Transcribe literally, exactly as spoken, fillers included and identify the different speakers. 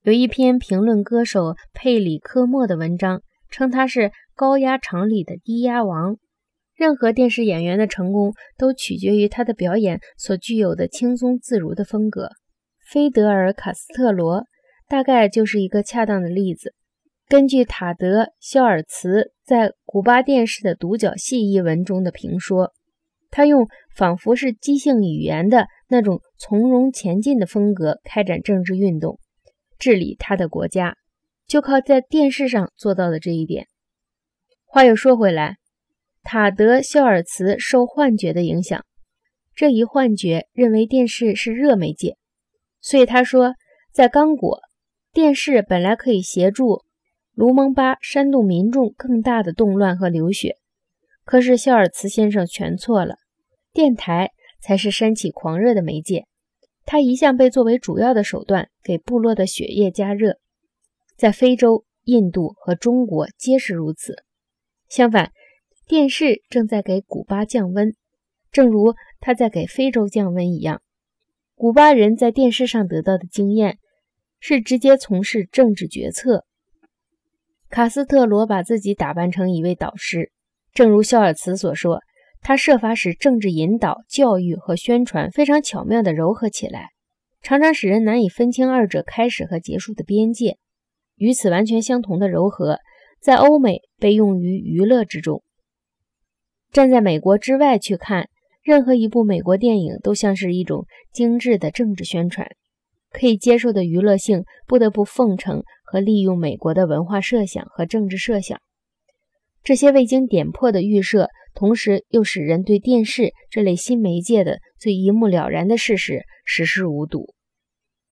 Speaker 1: 有一篇评论歌手佩里科莫的文章，称他是高压场里的低压王。任何电视演员的成功都取决于他的表演所具有的轻松自如的风格。菲德尔·卡斯特罗大概就是一个恰当的例子。根据塔德·肖尔茨在《古巴电视的独角戏》一文中的评说，他用仿佛是即兴语言的那种从容前进的风格开展政治运动，治理他的国家，就靠在电视上做到的这一点。话又说回来，塔德·肖尔茨受幻觉的影响，这一幻觉认为电视是热媒介，所以他说，在刚果，电视本来可以协助卢蒙巴煽动民众更大的动乱和流血，可是肖尔茨先生全错了，电台才是煽起狂热的媒介，它一向被作为主要的手段给部落的血液加热，在非洲、印度和中国皆是如此。相反，电视正在给古巴降温，正如它在给非洲降温一样。古巴人在电视上得到的经验是直接从事政治决策。卡斯特罗把自己打扮成一位导师，正如肖尔茨所说，他设法使政治引导、教育和宣传非常巧妙地糅合起来，常常使人难以分清二者开始和结束的边界。与此完全相同的糅合，在欧美被用于娱乐之中。站在美国之外去看，任何一部美国电影都像是一种精致的政治宣传，可以接受的娱乐性不得不奉承和利用美国的文化设想和政治设想。这些未经点破的预设，同时又使人对电视这类新媒介的最一目了然的事实视若无睹。